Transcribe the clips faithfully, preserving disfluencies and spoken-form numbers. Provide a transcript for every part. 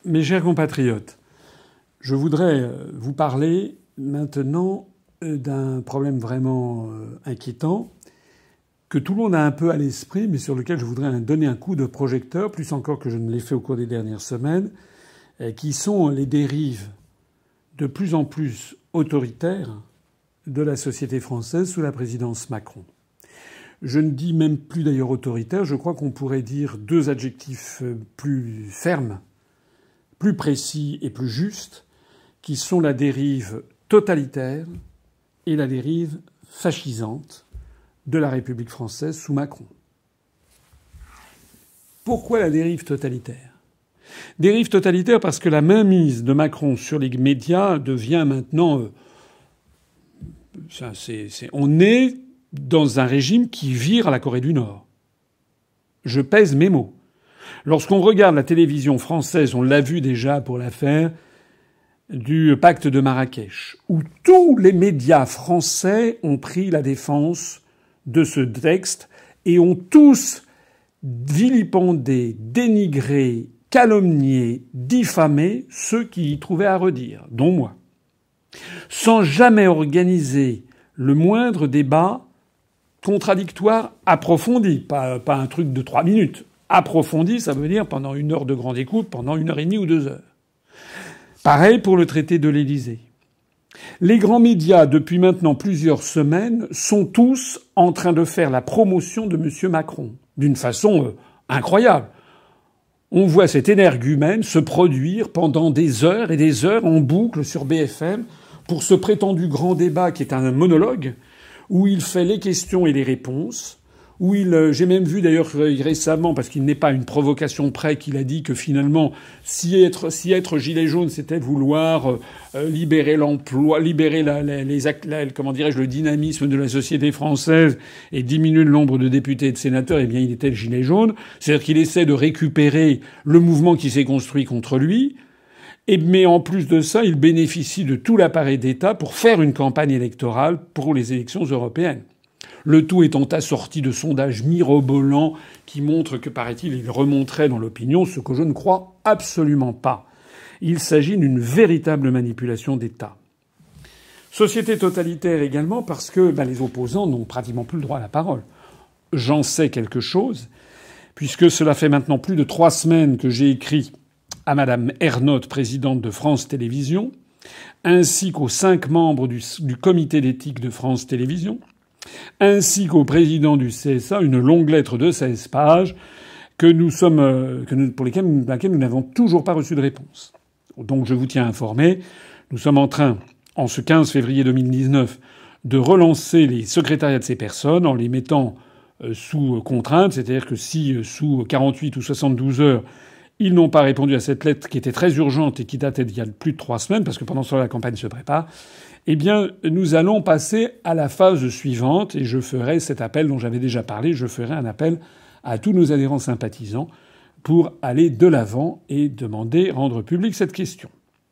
Mes chers compatriotes, je voudrais vous parler maintenant d'un problème vraiment inquiétant que tout le monde a un peu à l'esprit, mais sur lequel je voudrais donner un coup de projecteur, plus encore que je ne l'ai fait au cours des dernières semaines, qui sont les dérives de plus en plus autoritaires de la société française sous la présidence Macron. Je ne dis même plus d'ailleurs autoritaire, je crois qu'on pourrait dire deux adjectifs plus fermes, plus précis et plus justes, qui sont la dérive totalitaire et la dérive fascisante de la République française sous Macron. Pourquoi la dérive totalitaire ? Dérive totalitaire parce que la mainmise de Macron sur les médias devient maintenant... Euh, ça, c'est, c'est, on est dans un régime qui vire à la Corée du Nord. Je pèse mes mots. Lorsqu'on regarde la télévision française, on l'a vu déjà pour l'affaire du pacte de Marrakech, où tous les médias français ont pris la défense de ce texte et ont tous vilipendé, dénigré, calomnié, diffamé ceux qui y trouvaient à redire, dont moi, sans jamais organiser le moindre débat contradictoire approfondi, pas, pas un truc de trois minutes. Approfondi, ça veut dire pendant une heure de grande écoute, pendant une heure et demie ou deux heures. Pareil pour le traité de l'Élysée. Les grands médias, depuis maintenant plusieurs semaines, sont tous en train de faire la promotion de M. Macron, d'une façon euh, incroyable. On voit cet énergumène se produire pendant des heures et des heures en boucle sur B F M pour ce prétendu grand débat qui est un monologue, où il fait les questions et les réponses, où il, j'ai même vu d'ailleurs récemment, parce qu'il n'est pas une provocation près, qu'il a dit que finalement, si être, si être gilet jaune, c'était vouloir euh, libérer l'emploi, libérer la, la, les, la, comment dirais-je, le dynamisme de la société française et diminuer le nombre de députés et de sénateurs, eh bien, il était le gilet jaune. C'est-à-dire qu'il essaie de récupérer le mouvement qui s'est construit contre lui. Et, mais en plus de ça, il bénéficie de tout l'appareil d'État pour faire une campagne électorale pour les élections européennes. Le tout étant assorti de sondages mirobolants qui montrent que, paraît-il, il remonterait dans l'opinion, ce que je ne crois absolument pas. Il s'agit d'une véritable manipulation d'État. Société totalitaire également parce que ben, les opposants n'ont pratiquement plus le droit à la parole. J'en sais quelque chose, puisque cela fait maintenant plus de trois semaines que j'ai écrit à Madame Ernotte, présidente de France Télévisions, ainsi qu'aux cinq membres du, du comité d'éthique de France Télévisions, ainsi qu'au président du C S A, une longue lettre de seize pages que nous sommes, que nous, pour lesquelles, laquelle nous n'avons toujours pas reçu de réponse. Donc je vous tiens informé. Nous sommes en train, en ce quinze février deux mille dix-neuf, de relancer les secrétariats de ces personnes en les mettant sous contrainte, c'est-à-dire que si sous quarante-huit ou soixante-douze heures, ils n'ont pas répondu à cette lettre qui était très urgente et qui datait d'il y a plus de trois semaines, parce que pendant ce temps la campagne se prépare, eh bien, nous allons passer à la phase suivante et je ferai cet appel dont j'avais déjà parlé. Je ferai un appel à tous nos adhérents sympathisants pour aller de l'avant et demander, rendre publique cette question.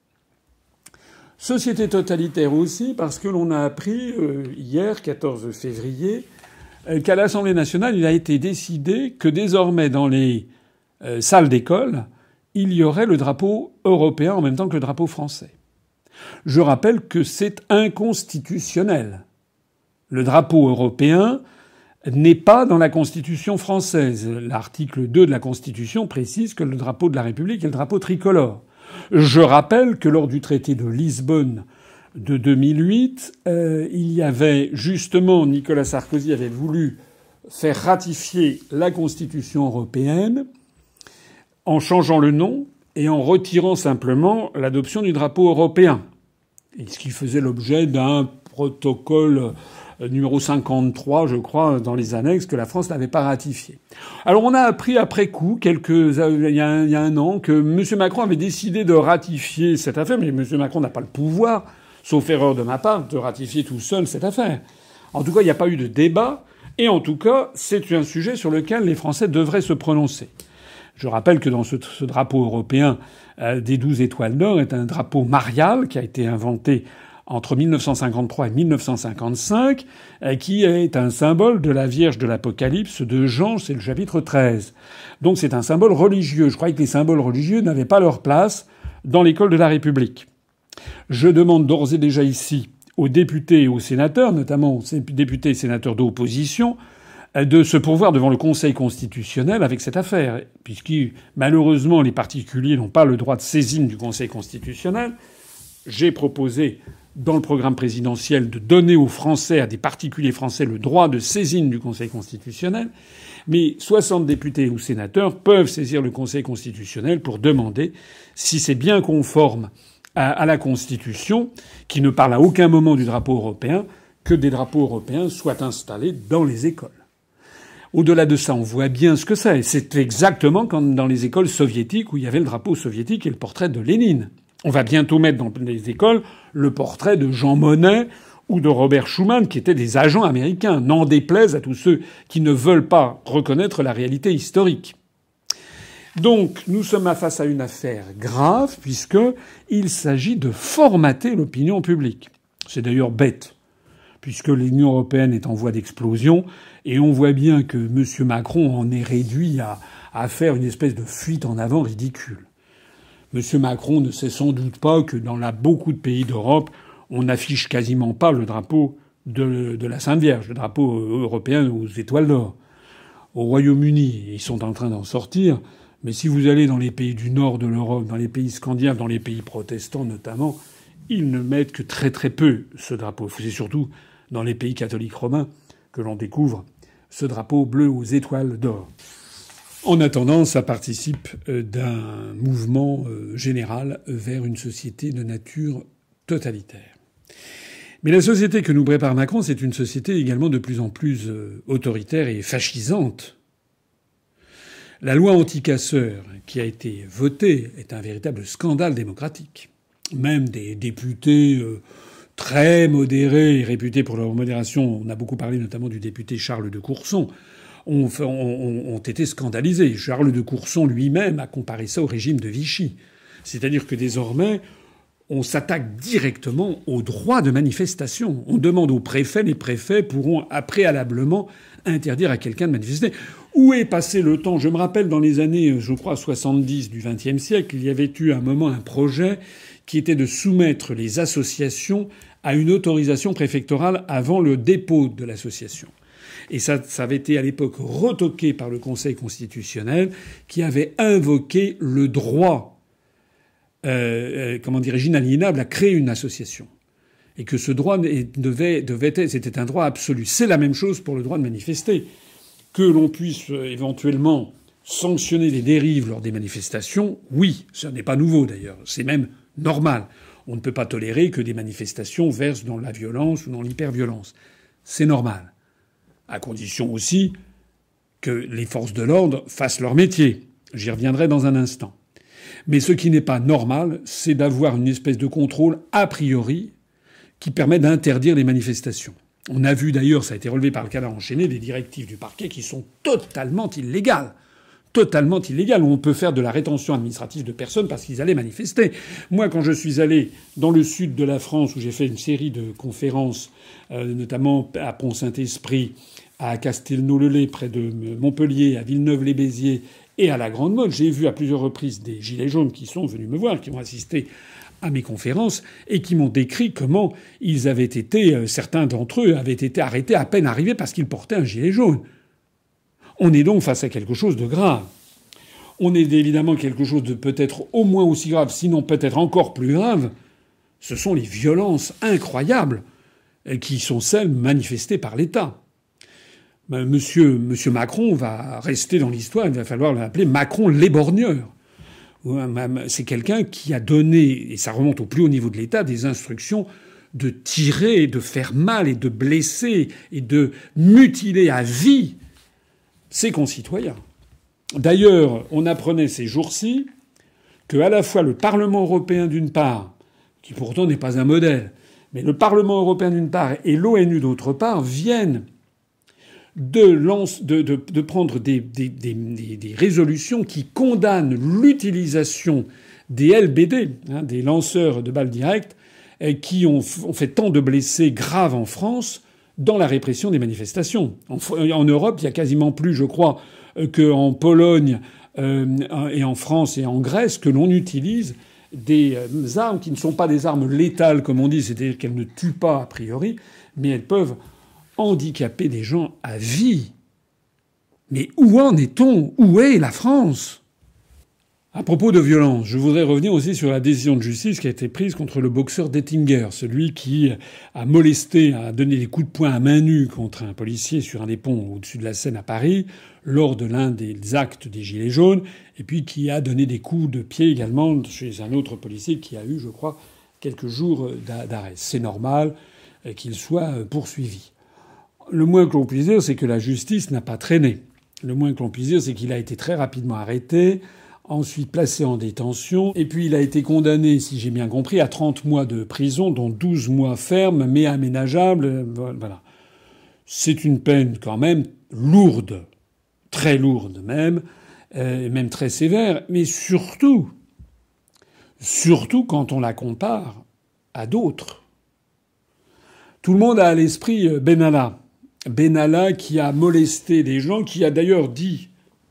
Société totalitaire aussi, parce que l'on a appris euh, hier, quatorze février, euh, qu'à l'Assemblée nationale, il a été décidé que désormais, dans les Euh, salle d'école, il y aurait le drapeau européen en même temps que le drapeau français. Je rappelle que c'est inconstitutionnel. Le drapeau européen n'est pas dans la Constitution française. L'article deux de la Constitution précise que le drapeau de la République est le drapeau tricolore. Je rappelle que lors du traité de Lisbonne de deux mille huit, euh, il y avait justement, Nicolas Sarkozy avait voulu faire ratifier la Constitution européenne en changeant le nom et en retirant simplement l'adoption du drapeau européen. Et ce qui faisait l'objet d'un protocole numéro cinquante-trois, je crois, dans les annexes, que la France n'avait pas ratifié. Alors on a appris après coup, quelques, il y a un, il y a un an, que M. Macron avait décidé de ratifier cette affaire, mais M. Macron n'a pas le pouvoir, sauf erreur de ma part, de ratifier tout seul cette affaire. En tout cas, il n'y a pas eu de débat, et en tout cas, c'est un sujet sur lequel les Français devraient se prononcer. Je rappelle que dans ce, ce drapeau européen euh, des douze étoiles d'or est un drapeau marial qui a été inventé entre mille neuf cent cinquante-trois et mille neuf cent cinquante-cinq, qui est un symbole de la Vierge de l'Apocalypse de Jean, c'est le chapitre treize. Donc c'est un symbole religieux. Je croyais que les symboles religieux n'avaient pas leur place dans l'école de la République. Je demande d'ores et déjà ici aux députés et aux sénateurs, notamment aux députés et sénateurs d'opposition, de se pourvoir devant le Conseil constitutionnel avec cette affaire, puisque malheureusement les particuliers n'ont pas le droit de saisine du Conseil constitutionnel. J'ai proposé dans le programme présidentiel de donner aux Français, à des particuliers français, le droit de saisine du Conseil constitutionnel. Mais soixante députés ou sénateurs peuvent saisir le Conseil constitutionnel pour demander si c'est bien conforme à, à la Constitution, qui ne parle à aucun moment du drapeau européen, que des drapeaux européens soient installés dans les écoles. Au-delà de ça, on voit bien ce que c'est. C'est exactement comme dans les écoles soviétiques où il y avait le drapeau soviétique et le portrait de Lénine. On va bientôt mettre dans les écoles le portrait de Jean Monnet ou de Robert Schuman, qui étaient des agents américains. N'en déplaise à tous ceux qui ne veulent pas reconnaître la réalité historique. Donc, nous sommes face à une affaire grave, puisqu'il s'agit de formater l'opinion publique. C'est d'ailleurs bête, puisque l'Union européenne est en voie d'explosion, et on voit bien que M. Macron en est réduit à, à faire une espèce de fuite en avant ridicule. M. Macron ne sait sans doute pas que dans la, beaucoup de pays d'Europe, on n'affiche quasiment pas le drapeau de, de la Sainte Vierge, le drapeau européen aux étoiles d'or. Au Royaume-Uni, ils sont en train d'en sortir, mais si vous allez dans les pays du nord de l'Europe, dans les pays scandinaves, dans les pays protestants notamment, ils ne mettent que très très peu ce drapeau. C'est surtout dans les pays catholiques romains que l'on découvre ce drapeau bleu aux étoiles d'or. En attendant, ça participe d'un mouvement général vers une société de nature totalitaire. Mais la société que nous prépare Macron, c'est une société également de plus en plus autoritaire et fascisante. La loi anti-casseurs qui a été votée est un véritable scandale démocratique. Même des députés très modérés et réputés pour leur modération, on a beaucoup parlé notamment du député Charles de Courson, ont, ont, ont été scandalisés. Charles de Courson lui-même a comparé ça au régime de Vichy. C'est-à-dire que désormais, on s'attaque directement aux droits de manifestation. On demande aux préfets, les préfets pourront préalablement interdire à quelqu'un de manifester. Où est passé le temps ? Je me rappelle dans les années, je crois, soixante-dix du vingtième siècle, il y avait eu à un moment un projet qui était de soumettre les associations à une autorisation préfectorale avant le dépôt de l'association. Et ça, ça avait été à l'époque retoqué par le Conseil constitutionnel qui avait invoqué le droit, euh, comment dirais-je, inaliénable à créer une association. Et que ce droit devait, devait être, c'était un droit absolu. C'est la même chose pour le droit de manifester. Que l'on puisse éventuellement sanctionner des dérives lors des manifestations, oui, ce n'est pas nouveau d'ailleurs, c'est même normal. On ne peut pas tolérer que des manifestations versent dans la violence ou dans l'hyperviolence. C'est normal. À condition aussi que les forces de l'ordre fassent leur métier. J'y reviendrai dans un instant. Mais ce qui n'est pas normal, c'est d'avoir une espèce de contrôle a priori qui permet d'interdire les manifestations. On a vu d'ailleurs, ça a été relevé par le Canard enchaîné, des directives du parquet qui sont totalement illégales. Totalement illégales, où on peut faire de la rétention administrative de personnes parce qu'ils allaient manifester. Moi, quand je suis allé dans le sud de la France, où j'ai fait une série de conférences, euh, notamment à Pont-Saint-Esprit, à Castelnau-le-Lay, près de Montpellier, à Villeneuve-les-Béziers et à la Grande Motte, j'ai vu à plusieurs reprises des gilets jaunes qui sont venus me voir, qui ont assisté à mes conférences et qui m'ont décrit comment ils avaient été, certains d'entre eux avaient été arrêtés à peine arrivés parce qu'ils portaient un gilet jaune. On est donc face à quelque chose de grave. On est évidemment quelque chose de peut-être au moins aussi grave, sinon peut-être encore plus grave. Ce sont les violences incroyables qui sont celles manifestées par l'État. Monsieur, Monsieur Macron va rester dans l'histoire, il va falloir l'appeler Macron l'éborgneur. C'est quelqu'un qui a donné, et ça remonte au plus haut niveau de l'État, des instructions de tirer, de faire mal et de blesser et de mutiler à vie ses concitoyens. D'ailleurs, on apprenait ces jours-ci que à la fois le Parlement européen d'une part, qui pourtant n'est pas un modèle, mais le Parlement européen d'une part et l'ONU d'autre part viennent de, lance, de, de, de prendre des, des, des, des résolutions qui condamnent l'utilisation des L B D, hein, des lanceurs de balles directes, qui ont, ont fait tant de blessés graves en France dans la répression des manifestations. En, en Europe, il y a quasiment plus, je crois, qu'en Pologne euh, et en France et en Grèce que l'on utilise des armes qui ne sont pas des armes létales, comme on dit, c'est-à-dire qu'elles ne tuent pas a priori, mais elles peuvent handicaper des gens à vie. Mais où en est-on? Où est la France? À propos de violence, je voudrais revenir aussi sur la décision de justice qui a été prise contre le boxeur Dettinger, celui qui a molesté, a donné des coups de poing à main nue contre un policier sur un des ponts au-dessus de la Seine à Paris, lors de l'un des actes des Gilets jaunes, et puis qui a donné des coups de pied également chez un autre policier qui a eu, je crois, quelques jours d'arrêt. C'est normal qu'il soit poursuivi. Le moins que l'on puisse dire, c'est que la justice n'a pas traîné. Le moins que l'on puisse dire, c'est qu'il a été très rapidement arrêté, ensuite placé en détention, et puis il a été condamné, si j'ai bien compris, à trente mois de prison, dont douze mois fermes, mais aménageables. Voilà. C'est une peine quand même lourde, très lourde même, euh, même très sévère, mais surtout, surtout quand on la compare à d'autres. Tout le monde a à l'esprit Benalla. Benalla qui a molesté des gens, qui a d'ailleurs dit...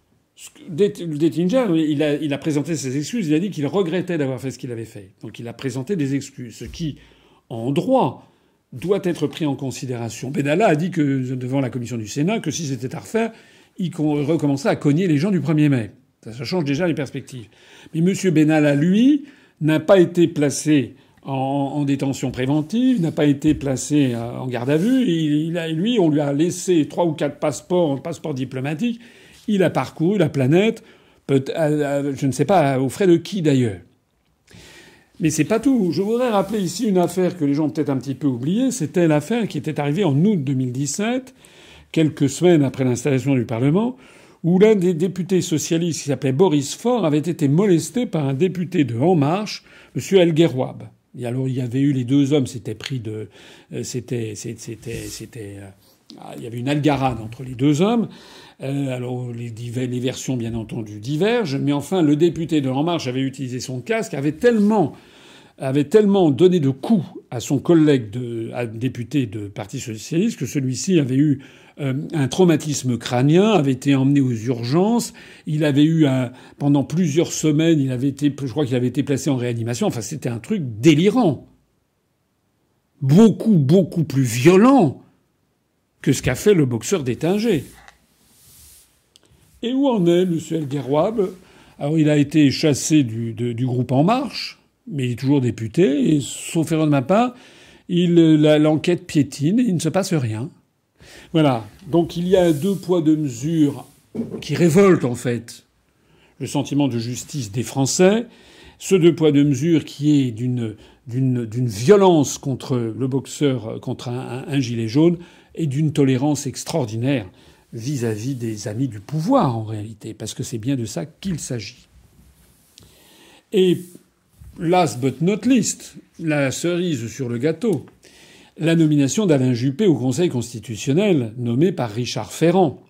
Dettinger, il a, il a présenté ses excuses, il a dit qu'il regrettait d'avoir fait ce qu'il avait fait. Donc il a présenté des excuses, ce qui, en droit, doit être pris en considération. Benalla a dit que, devant la commission du Sénat, que si c'était à refaire, il recommencerait à cogner les gens du premier mai. Ça, ça change déjà les perspectives. Mais M. Benalla, lui, n'a pas été placé en, en détention préventive, n'a pas été placé en garde à vue. Il, il a, lui, on lui a laissé trois ou quatre passeports, passeports diplomatiques. Il a parcouru la planète, peut, euh, je ne sais pas aux frais de qui d'ailleurs. Mais c'est pas tout. Je voudrais rappeler ici une affaire que les gens ont peut-être un petit peu oubliée. C'était l'affaire qui était arrivée en août deux mille dix-sept, quelques semaines après l'installation du Parlement, où l'un des députés socialistes qui s'appelait Boris Faure avait été molesté par un député de En Marche, M. El Guerrouab. Et alors il y avait eu les deux hommes, c'était pris de, c'était, c'était, c'était, euh, il y avait une algarade entre les deux hommes. Euh, alors les, les versions bien entendu divergent, mais enfin le député de En Marche avait utilisé son casque, avait tellement, avait tellement donné de coups à son collègue de, à, député de Parti socialiste que celui-ci avait eu euh, un traumatisme crânien, avait été emmené aux urgences. Il avait eu un, pendant plusieurs semaines, il avait été, je crois qu'il avait été placé en réanimation. Enfin, c'était un truc délirant, beaucoup beaucoup plus violent que ce qu'a fait le boxeur Dettinger. Et où en est M. El Guerrouab? Alors, il a été chassé du, de, du groupe En Marche, mais il est toujours député, et sauf erreur de ma part, il, la, l'enquête piétine et il ne se passe rien. Voilà. Donc, il y a deux poids, deux mesures qui révoltent, en fait, le sentiment de justice des Français. Ce deux poids, deux mesures qui est d'une, d'une, d'une violence contre le boxeur, contre un, un, un gilet jaune, et d'une tolérance extraordinaire vis-à-vis des amis du pouvoir, en réalité, parce que c'est bien de ça qu'il s'agit. Et last but not least, la cerise sur le gâteau, la nomination d'Alain Juppé au Conseil constitutionnel, nommé par Richard Ferrand.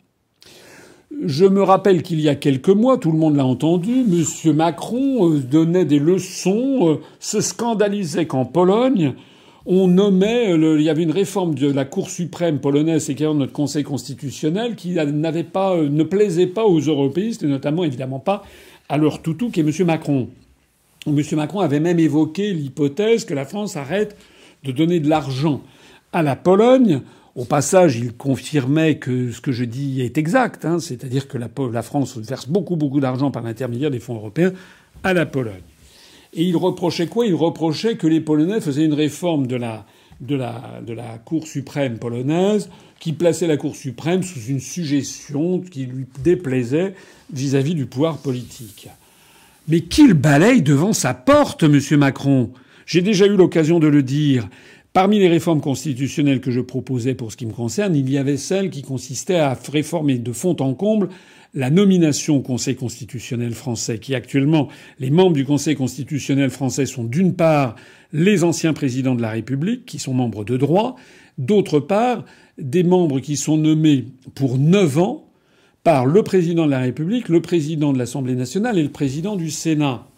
Je me rappelle qu'il y a quelques mois, tout le monde l'a entendu, M. Macron donnait des leçons, se scandalisait qu'en Pologne, on nommait, le, il y avait une réforme de la Cour suprême polonaise et également de notre Conseil constitutionnel qui n'avait pas, ne plaisait pas aux européistes et notamment évidemment pas à leur toutou qui est M. Macron. M. Macron avait même évoqué l'hypothèse que la France arrête de donner de l'argent à la Pologne. Au passage, il confirmait que ce que je dis est exact, hein, c'est-à-dire que la, la France verse beaucoup beaucoup d'argent par l'intermédiaire des fonds européens à la Pologne. Et il reprochait quoi? Il reprochait que les Polonais faisaient une réforme de la, de la, de la Cour suprême polonaise qui plaçait la Cour suprême sous une suggestion qui lui déplaisait vis-à-vis du pouvoir politique. Mais qu'il balaye devant sa porte, M. Macron. J'ai déjà eu l'occasion de le dire. Parmi les réformes constitutionnelles que je proposais pour ce qui me concerne, il y avait celle qui consistait à réformer de fond en comble la nomination au Conseil constitutionnel français, qui actuellement, les membres du Conseil constitutionnel français sont d'une part les anciens présidents de la République, qui sont membres de droit, d'autre part des membres qui sont nommés pour neuf ans par le président de la République, le président de l'Assemblée nationale et le président du Sénat.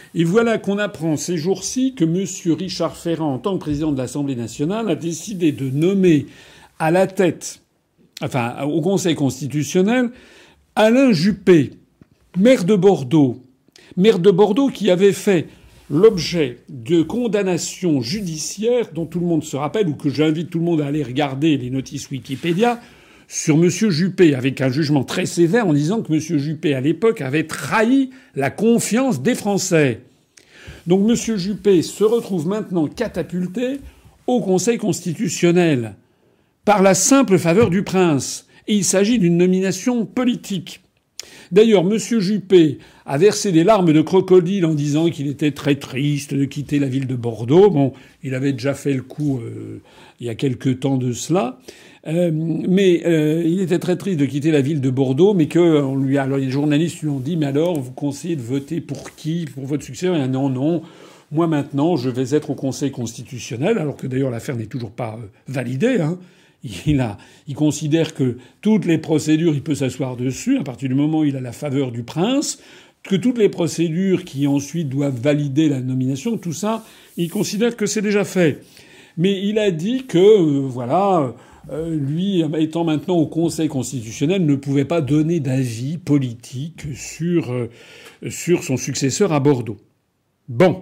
Et voilà qu'on apprend ces jours-ci que M. Richard Ferrand, en tant que président de l'Assemblée nationale, a décidé de nommer à la tête, enfin, au Conseil constitutionnel, Alain Juppé, maire de Bordeaux. Maire de Bordeaux qui avait fait l'objet de condamnations judiciaires dont tout le monde se rappelle, ou que j'invite tout le monde à aller regarder les notices Wikipédia, sur M. Juppé, avec un jugement très sévère en disant que M. Juppé, à l'époque, avait trahi la confiance des Français. Donc M. Juppé se retrouve maintenant catapulté au Conseil constitutionnel par la simple faveur du prince. Et il s'agit d'une nomination politique. D'ailleurs, M. Juppé a versé des larmes de crocodile en disant qu'il était très triste de quitter la ville de Bordeaux. Bon, il avait déjà fait le coup euh, il y a quelque temps de cela. Euh, mais euh, il était très triste de quitter la ville de Bordeaux, mais que on lui a, alors les journalistes lui ont dit, mais alors, vous conseillez de voter pour qui, pour votre successeur? Il a dit, non, non. Moi, maintenant, je vais être au Conseil constitutionnel, alors que d'ailleurs l'affaire n'est toujours pas euh, validée, hein. Il, a, il considère que toutes les procédures, il peut s'asseoir dessus à partir du moment où il a la faveur du prince, que toutes les procédures qui ensuite doivent valider la nomination, tout ça, il considère que c'est déjà fait. Mais il a dit que, euh, voilà, euh, lui, étant maintenant au Conseil constitutionnel, ne pouvait pas donner d'avis politique sur, euh, sur son successeur à Bordeaux. Bon.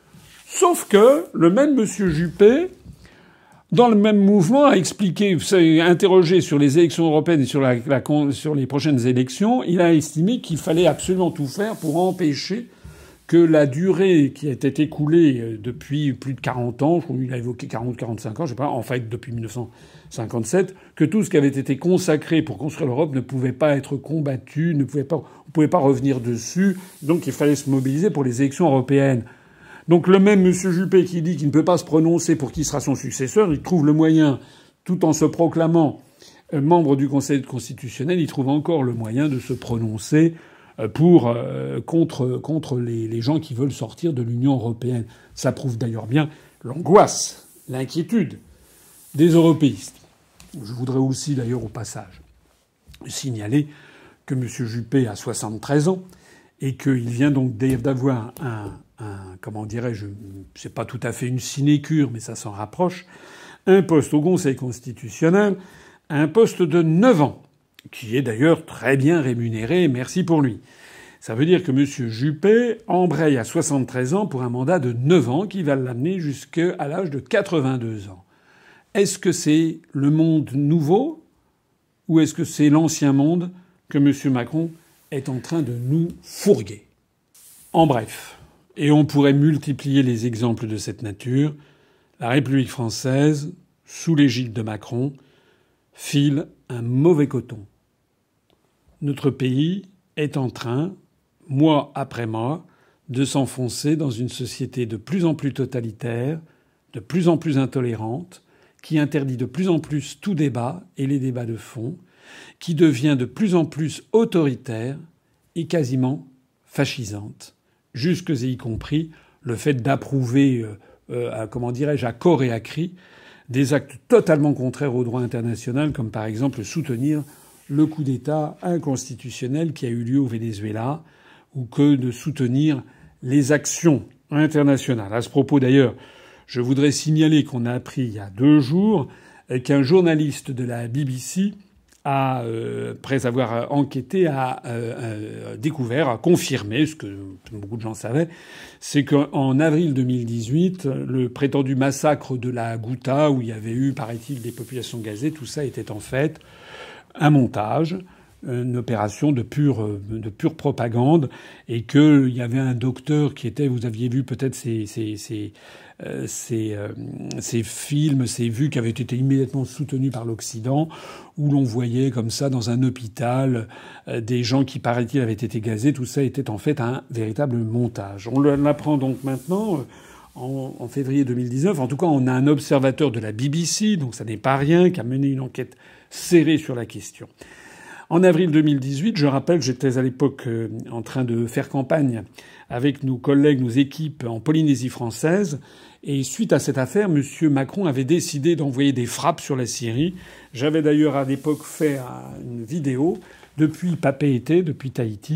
Sauf que le même monsieur Juppé, dans le même mouvement, a expliqué, interrogé sur les élections européennes et sur, la, la, sur les prochaines élections, il a estimé qu'il fallait absolument tout faire pour empêcher que la durée qui a été écoulée depuis plus de quarante ans, je crois qu'il a évoqué quarante, quarante-cinq ans, je sais pas, en fait depuis mille neuf cent cinquante-sept, que tout ce qui avait été consacré pour construire l'Europe ne pouvait pas être combattu, ne pouvait pas, on ne pouvait pas revenir dessus, donc il fallait se mobiliser pour les élections européennes. Donc le même M. Juppé qui dit qu'il ne peut pas se prononcer pour qui sera son successeur, il trouve le moyen, tout en se proclamant membre du Conseil constitutionnel, il trouve encore le moyen de se prononcer pour euh, contre contre les, les gens qui veulent sortir de l'Union européenne. Ça prouve d'ailleurs bien l'angoisse, l'inquiétude des européistes. Je voudrais aussi d'ailleurs au passage signaler que M. Juppé a soixante-treize ans et qu'il vient donc d'avoir un un, comment dirais-je, c'est pas tout à fait une sinécure, mais ça s'en rapproche, un poste au Conseil constitutionnel, un poste de neuf ans, qui est d'ailleurs très bien rémunéré, merci pour lui. Ça veut dire que M. Juppé embraye à soixante-treize ans pour un mandat de neuf ans qui va l'amener jusqu'à l'âge de quatre-vingt-deux ans. Est-ce que c'est le monde nouveau ou est-ce que c'est l'ancien monde que M. Macron est en train de nous fourguer? En bref. Et on pourrait multiplier les exemples de cette nature. La République française, sous l'égide de Macron, file un mauvais coton. Notre pays est en train, mois après mois, de s'enfoncer dans une société de plus en plus totalitaire, de plus en plus intolérante, qui interdit de plus en plus tout débat et les débats de fond, qui devient de plus en plus autoritaire et quasiment fascisante. Jusque et y compris le fait d'approuver, euh, euh, à, comment dirais-je, à corps et à cri, des actes totalement contraires au droit international, comme par exemple soutenir le coup d'État inconstitutionnel qui a eu lieu au Venezuela, ou que de soutenir les actions internationales. À ce propos d'ailleurs, je voudrais signaler qu'on a appris il y a deux jours qu'un journaliste de la B B C a, euh, après avoir enquêté, a euh, euh, découvert, a confirmé, ce que beaucoup de gens savaient, c'est qu'en avril deux mille dix-huit, le prétendu massacre de la Ghouta, où il y avait eu, paraît-il, des populations gazées, tout ça était en fait un montage, une opération de pure, de pure propagande, et qu'il y avait un docteur qui était, vous aviez vu peut-être ces, ces, ces, euh, ces, euh, ces films, ces vues qui avaient été immédiatement soutenus par l'Occident, où l'on voyait comme ça dans un hôpital euh, des gens qui, paraît-il, avaient été gazés. Tout ça était en fait un véritable montage. On l'apprend donc maintenant. Euh, En, en février deux mille dix-neuf. En tout cas, on a un observateur de la B B C, donc ça n'est pas rien, qui a mené une enquête serrée sur la question. En avril deux mille dix-huit, je rappelle, j'étais à l'époque euh, en train de faire campagne avec nos collègues, nos équipes en Polynésie française. Et suite à cette affaire, M. Macron avait décidé d'envoyer des frappes sur la Syrie. J'avais d'ailleurs à l'époque fait une vidéo depuis Papeete, depuis Tahiti,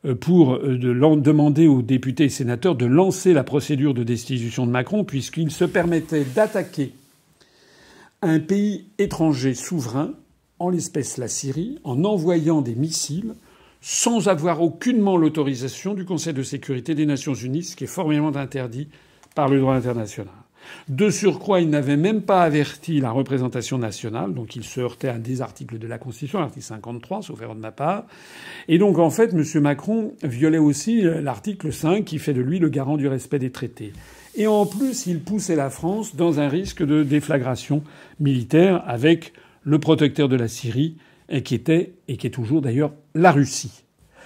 pour de demander aux députés et sénateurs de lancer la procédure de destitution de Macron, puisqu'il se permettait d'attaquer un pays étranger souverain, en l'espèce la Syrie, en envoyant des missiles sans avoir aucunement l'autorisation du Conseil de sécurité des Nations unies, ce qui est formellement interdit par le droit international. De surcroît, il n'avait même pas averti la représentation nationale, donc il se heurtait à un des articles de la Constitution, l'article cinquante-trois, sauf erreur de ma part. Et donc, en fait, M. Macron violait aussi l'article cinq, qui fait de lui le garant du respect des traités. Et en plus, il poussait la France dans un risque de déflagration militaire avec le protecteur de la Syrie, qui était, et qui est toujours d'ailleurs, la Russie.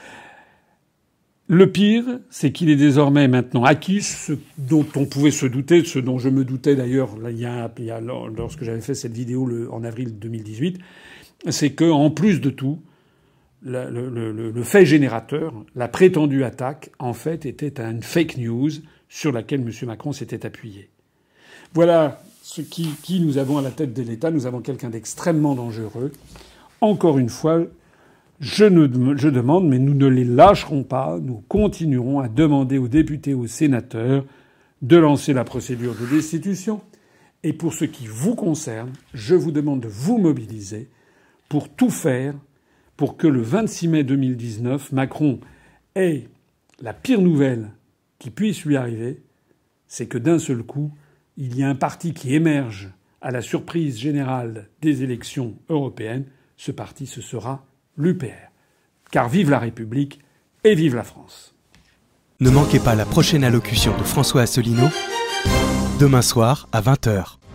Le pire, c'est qu'il est désormais maintenant acquis, ce dont on pouvait se douter, ce dont je me doutais d'ailleurs il y a, il y a, lorsque j'avais fait cette vidéo le, en avril deux mille dix-huit, c'est que en plus de tout, le, le, le, le fait générateur, la prétendue attaque, en fait, était une fake news sur laquelle M. Macron s'était appuyé. Voilà ce qui, qui nous avons à la tête de l'État. Nous avons quelqu'un d'extrêmement dangereux. Encore une fois, Je, ne, je demande, mais nous ne les lâcherons pas. Nous continuerons à demander aux députés, aux sénateurs de lancer la procédure de destitution. Et pour ce qui vous concerne, je vous demande de vous mobiliser pour tout faire pour que le vingt-six mai deux mille dix-neuf, Macron ait la pire nouvelle qui puisse lui arriver, c'est que d'un seul coup, il y a un parti qui émerge à la surprise générale des élections européennes. Ce parti, ce sera l'U P R. Car vive la République et vive la France. Ne manquez pas la prochaine allocution de François Asselineau, demain soir à vingt heures.